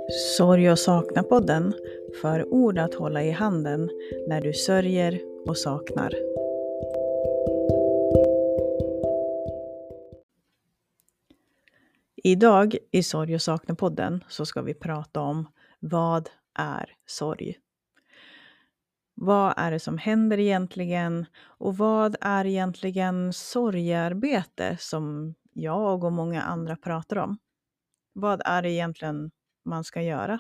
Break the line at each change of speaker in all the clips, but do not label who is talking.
Sorg och sakna-podden för ord att hålla i handen när du sörjer och saknar. Idag i Sorg och sakna-podden så ska vi prata om vad är sorg? Vad är det som händer egentligen? Och vad är egentligen sorgearbete som jag och många andra pratar om? Vad är det egentligen man ska göra?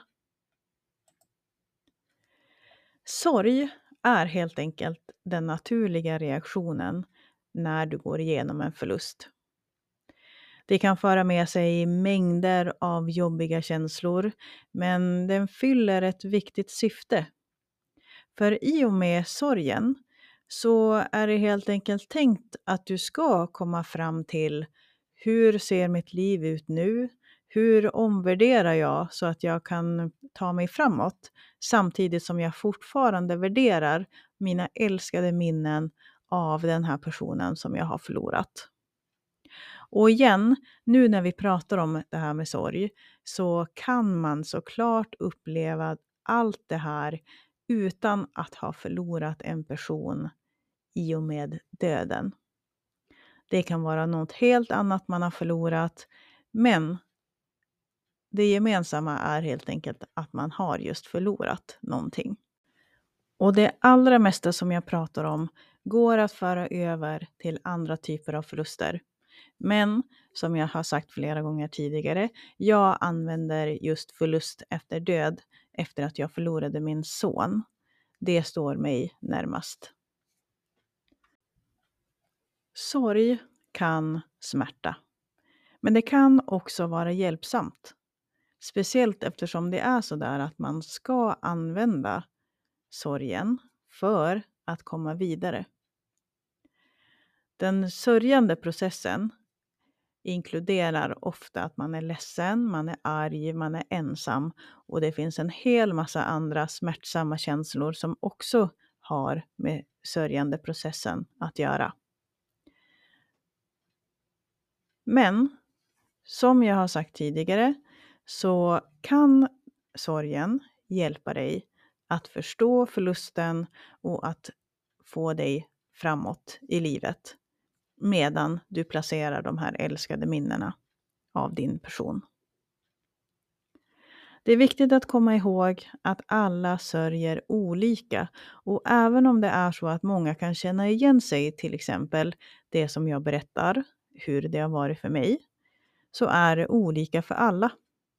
Sorg är helt enkelt den naturliga reaktionen när du går igenom en förlust. Det kan föra med sig mängder av jobbiga känslor, men den fyller ett viktigt syfte. För i och med sorgen så är det helt enkelt tänkt att du ska komma fram till: hur ser mitt liv ut nu? Hur omvärderar jag så att jag kan ta mig framåt? Samtidigt som jag fortfarande värderar mina älskade minnen av den här personen som jag har förlorat. Och igen, nu när vi pratar om det här med sorg, så kan man såklart uppleva allt det här utan att ha förlorat en person i och med döden. Det kan vara något helt annat man har förlorat, men det gemensamma är helt enkelt att man har just förlorat någonting. Och det allra mesta som jag pratar om går att föra över till andra typer av förluster. Men som jag har sagt flera gånger tidigare, jag använder just förlust efter död efter att jag förlorade min son. Det står mig närmast. Sorg kan smärta, men det kan också vara hjälpsamt. Speciellt eftersom det är så där att man ska använda sorgen för att komma vidare. Den sörjande processen inkluderar ofta att man är ledsen, man är arg, man är ensam och det finns en hel massa andra smärtsamma känslor som också har med sörjande processen att göra. Men som jag har sagt tidigare så kan sorgen hjälpa dig att förstå förlusten och att få dig framåt i livet medan du placerar de här älskade minnena av din person. Det är viktigt att komma ihåg att alla sörjer olika, och även om det är så att många kan känna igen sig, till exempel det som jag berättar, hur det har varit för mig, så är det olika för alla.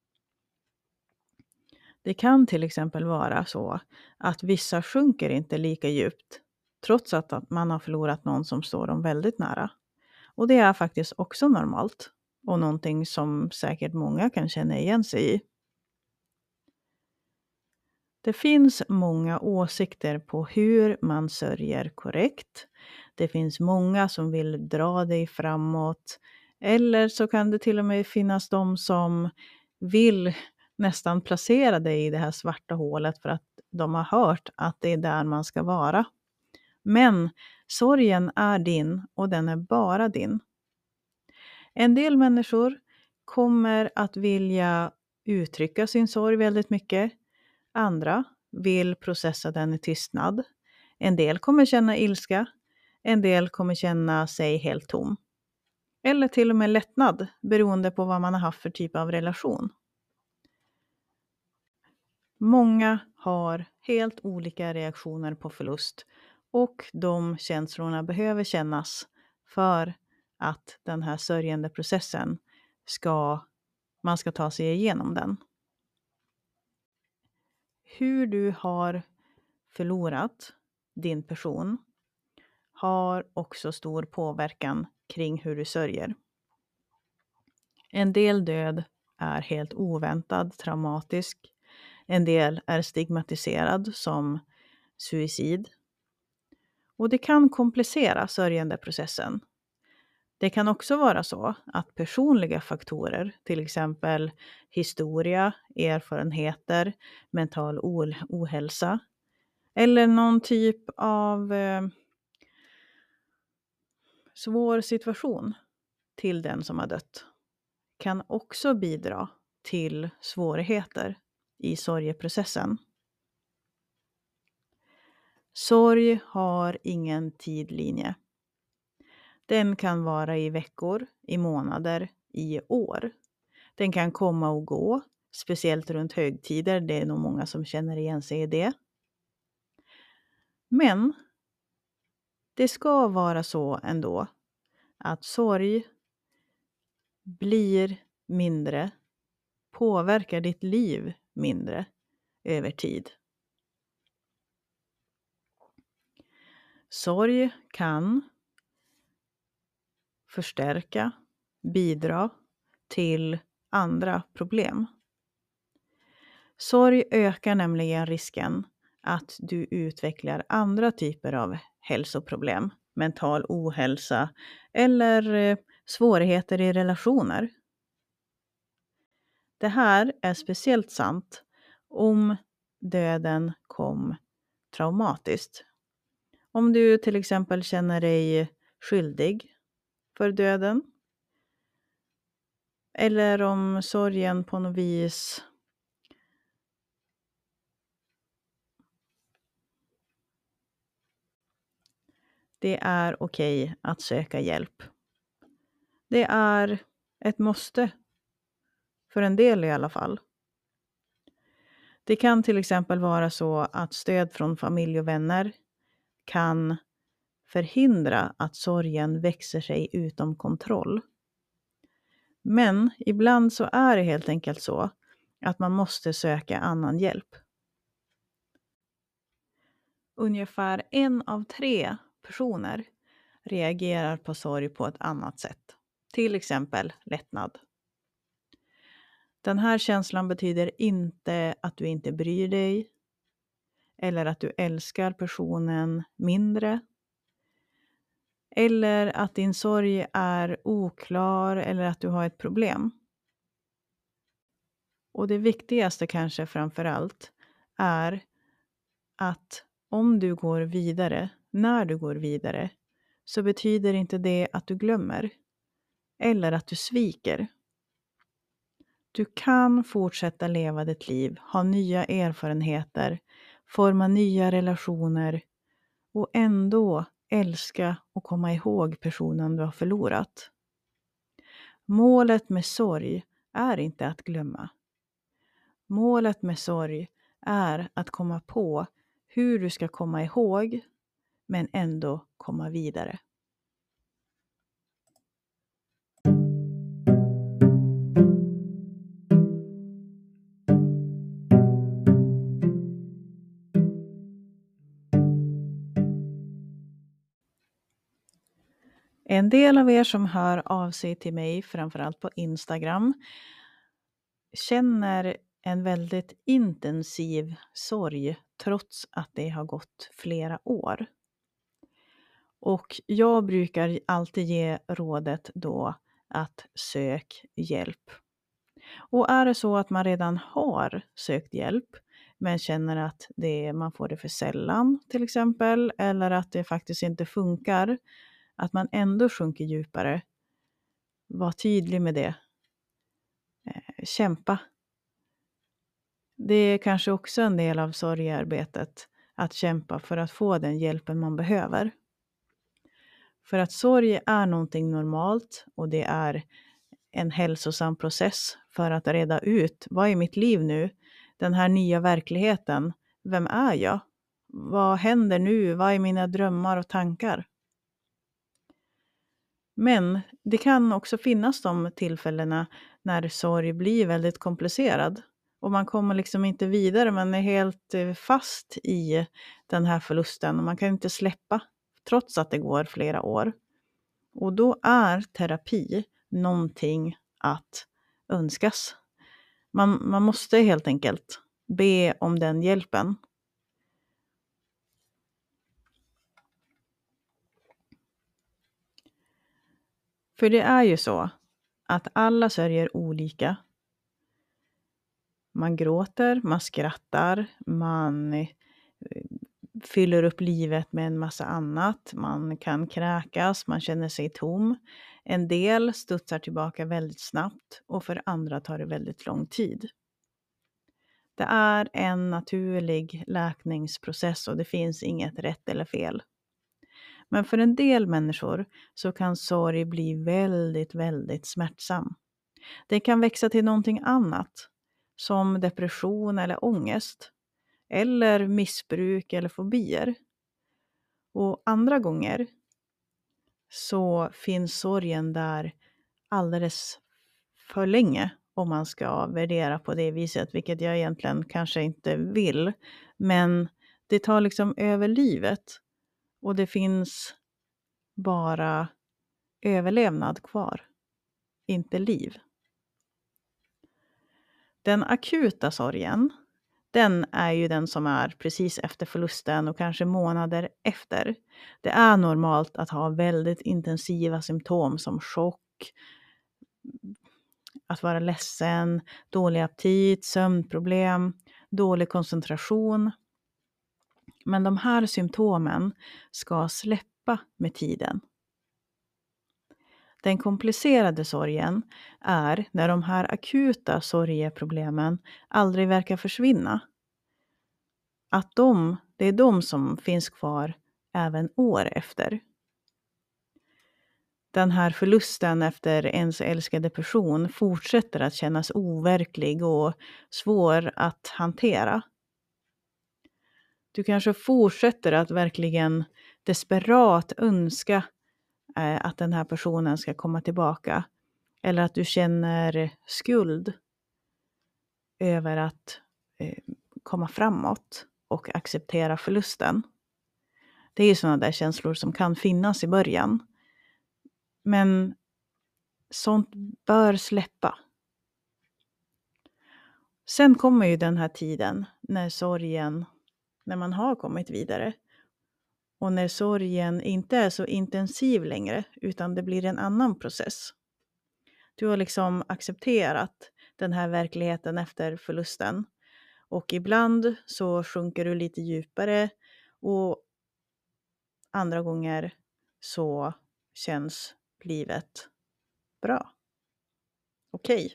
Det kan till exempel vara så att vissa sjunker inte lika djupt trots att man har förlorat någon som står dem väldigt nära. Och det är faktiskt också normalt och någonting som säkert många kan känna igen sig i. Det finns många åsikter på hur man sörjer korrekt. Det finns många som vill dra dig framåt. Eller så kan det till och med finnas de som vill nästan placera dig i det här svarta hålet för att de har hört att det är där man ska vara. Men sorgen är din och den är bara din. En del människor kommer att vilja uttrycka sin sorg väldigt mycket. Andra vill processa den i tystnad. En del kommer känna ilska. En del kommer känna sig helt tom. Eller till och med lättnad, beroende på vad man har haft för typ av relation. Många har helt olika reaktioner på förlust, och de känslorna behöver kännas för att den här sörjande processen man ska ta sig igenom den. Hur du har förlorat din person har också stor påverkan kring hur du sörjer. En del död är helt oväntad, traumatisk. En del är stigmatiserad som suicid. Och det kan komplicera sörjandeprocessen. Det kan också vara så att personliga faktorer, till exempel historia, erfarenheter, mental ohälsa eller någon typ av svår situation till den som har dött, kan också bidra till svårigheter i sorgeprocessen. Sorg har ingen tidlinje. Den kan vara i veckor, i månader, i år. Den kan komma och gå, speciellt runt högtider. Det är nog många som känner igen sig i det. Men det ska vara så ändå att sorg blir mindre, påverkar ditt liv mindre över tid. Sorg kan förstärka, bidra till andra problem. Sorg ökar nämligen risken att du utvecklar andra typer av hälsoproblem, mental ohälsa eller svårigheter i relationer. Det här är speciellt sant om döden kom traumatiskt. Om du till exempel känner dig skyldig för döden, eller om sorgen på något vis det är okej att söka hjälp. Det är ett måste, för en del i alla fall. Det kan till exempel vara så att stöd från familj och vänner kan förhindra att sorgen växer sig utom kontroll. Men ibland så är det helt enkelt så att man måste söka annan hjälp. Ungefär 1 av 3 personer reagerar på sorg på ett annat sätt. Till exempel lättnad. Den här känslan betyder inte att du inte bryr dig eller att du älskar personen mindre. Eller att din sorg är oklar eller att du har ett problem. Och det viktigaste kanske framför allt är att om du går vidare, när du går vidare, så betyder inte det att du glömmer eller att du sviker. Du kan fortsätta leva ditt liv, ha nya erfarenheter, forma nya relationer och ändå älska och komma ihåg personen du har förlorat. Målet med sorg är inte att glömma. Målet med sorg är att komma på hur du ska komma ihåg men ändå komma vidare. En del av er som hör av sig till mig, framförallt på Instagram, känner en väldigt intensiv sorg trots att det har gått flera år. Och jag brukar alltid ge rådet då att sök hjälp. Och är det så att man redan har sökt hjälp men känner att man får det för sällan till exempel, eller att det faktiskt inte funkar, att man ändå sjunker djupare, var tydlig med det. Kämpa. Det är kanske också en del av sorgearbetet, att kämpa för att få den hjälpen man behöver. För att sorg är någonting normalt och det är en hälsosam process för att reda ut, vad är mitt liv nu? Den här nya verkligheten, vem är jag? Vad händer nu? Vad är mina drömmar och tankar? Men det kan också finnas de tillfällena när sorg blir väldigt komplicerad. Och man kommer liksom inte vidare, man är helt fast i den här förlusten och man kan inte släppa trots att det går flera år. Och då är terapi någonting att önskas. Man måste helt enkelt be om den hjälpen. För det är ju så att alla sörjer olika. Man gråter, man skrattar, man fyller upp livet med en massa annat. Man kan kräkas, man känner sig tom. En del studsar tillbaka väldigt snabbt och för andra tar det väldigt lång tid. Det är en naturlig läkningsprocess och det finns inget rätt eller fel. Men för en del människor så kan sorg bli väldigt, väldigt smärtsam. Det kan växa till någonting annat, som depression eller ångest, eller missbruk eller fobier. Och andra gånger så finns sorgen där alldeles för länge, om man ska värdera på det viset, vilket jag egentligen kanske inte vill. Men det tar liksom över livet och det finns bara överlevnad kvar, inte liv. Den akuta sorgen, den är ju den som är precis efter förlusten och kanske månader efter. Det är normalt att ha väldigt intensiva symptom som chock, att vara ledsen, dålig aptit, sömnproblem, dålig koncentration. Men de här symptomen ska släppa med tiden. Den komplicerade sorgen är när de här akuta sorgeproblemen aldrig verkar försvinna. Att det är de som finns kvar även år efter. Den här förlusten efter ens älskade person fortsätter att kännas overklig och svår att hantera. Du kanske fortsätter att verkligen desperat önska att den här personen ska komma tillbaka. Eller att du känner skuld över att komma framåt och acceptera förlusten. Det är ju sådana där känslor som kan finnas i början. Men sånt bör släppa. Sen kommer ju den här tiden när man har kommit vidare. Och när sorgen inte är så intensiv längre, utan det blir en annan process. Du har liksom accepterat den här verkligheten efter förlusten. Och ibland så sjunker du lite djupare och andra gånger så känns livet bra. Okej.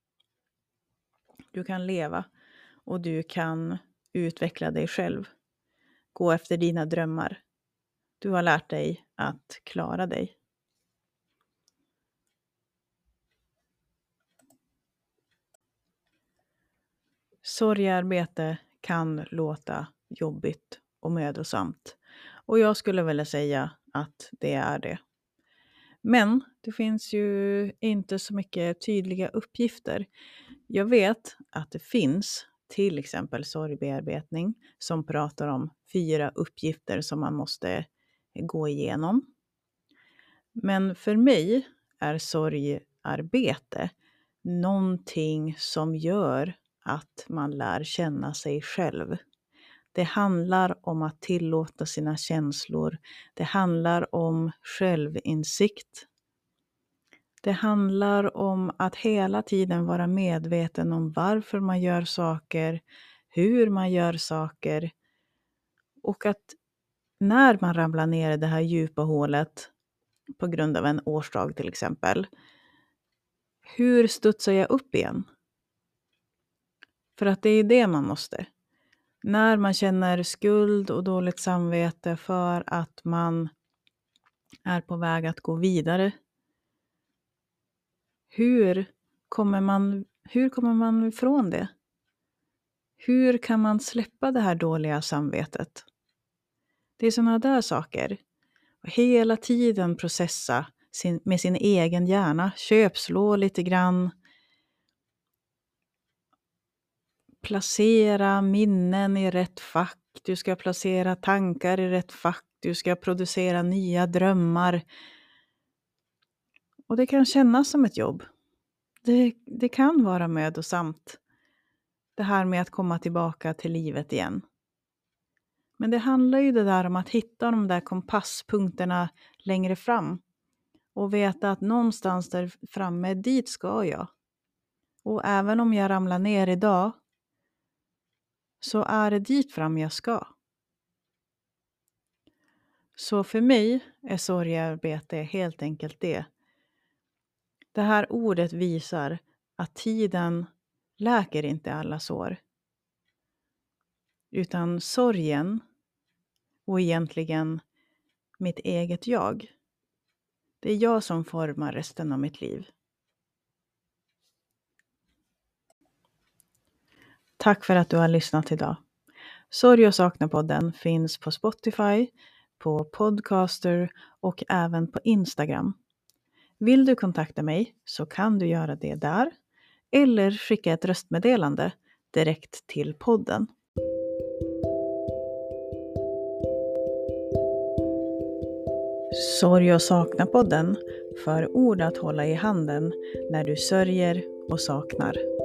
Du kan leva och du kan utveckla dig själv. Gå efter dina drömmar. Du har lärt dig att klara dig. Sorgearbete kan låta jobbigt och mödosamt. Och jag skulle vilja säga att det är det. Men det finns ju inte så mycket tydliga uppgifter. Jag vet att det finns till exempel sorgbearbetning som pratar om 4 uppgifter som man måste gå igenom. Men för mig är sorgarbete någonting som gör att man lär känna sig själv. Det handlar om att tillåta sina känslor. Det handlar om självinsikt. Det handlar om att hela tiden vara medveten om varför man gör saker, hur man gör saker. Och att när man ramlar ner i det här djupa hålet på grund av en årsdag till exempel. Hur studsar jag upp igen? För att det är det man måste. När man känner skuld och dåligt samvete för att man är på väg att gå vidare. Hur kommer man ifrån det? Hur kan man släppa det här dåliga samvetet? Det är sådana där saker. Och hela tiden processa med sin egen hjärna. Köpslå lite grann. Placera minnen i rätt fack. Du ska placera tankar i rätt fack. Du ska producera nya drömmar. Och det kan kännas som ett jobb. Det kan vara mödosamt. Det här med att komma tillbaka till livet igen. Men det handlar ju det där om att hitta de där kompasspunkterna längre fram. Och veta att någonstans där framme, dit ska jag. Och även om jag ramlar ner idag, så är det dit fram jag ska. Så för mig är sorgearbete helt enkelt det. Det här ordet visar att tiden läker inte alla sår. Utan sorgen och egentligen mitt eget jag. Det är jag som formar resten av mitt liv. Tack för att du har lyssnat idag. Sorg och sakna-podden finns på Spotify, på Podcaster och även på Instagram. Vill du kontakta mig så kan du göra det där eller skicka ett röstmeddelande direkt till podden. Sorg och sakna-podden för ord att hålla i handen när du sörjer och saknar.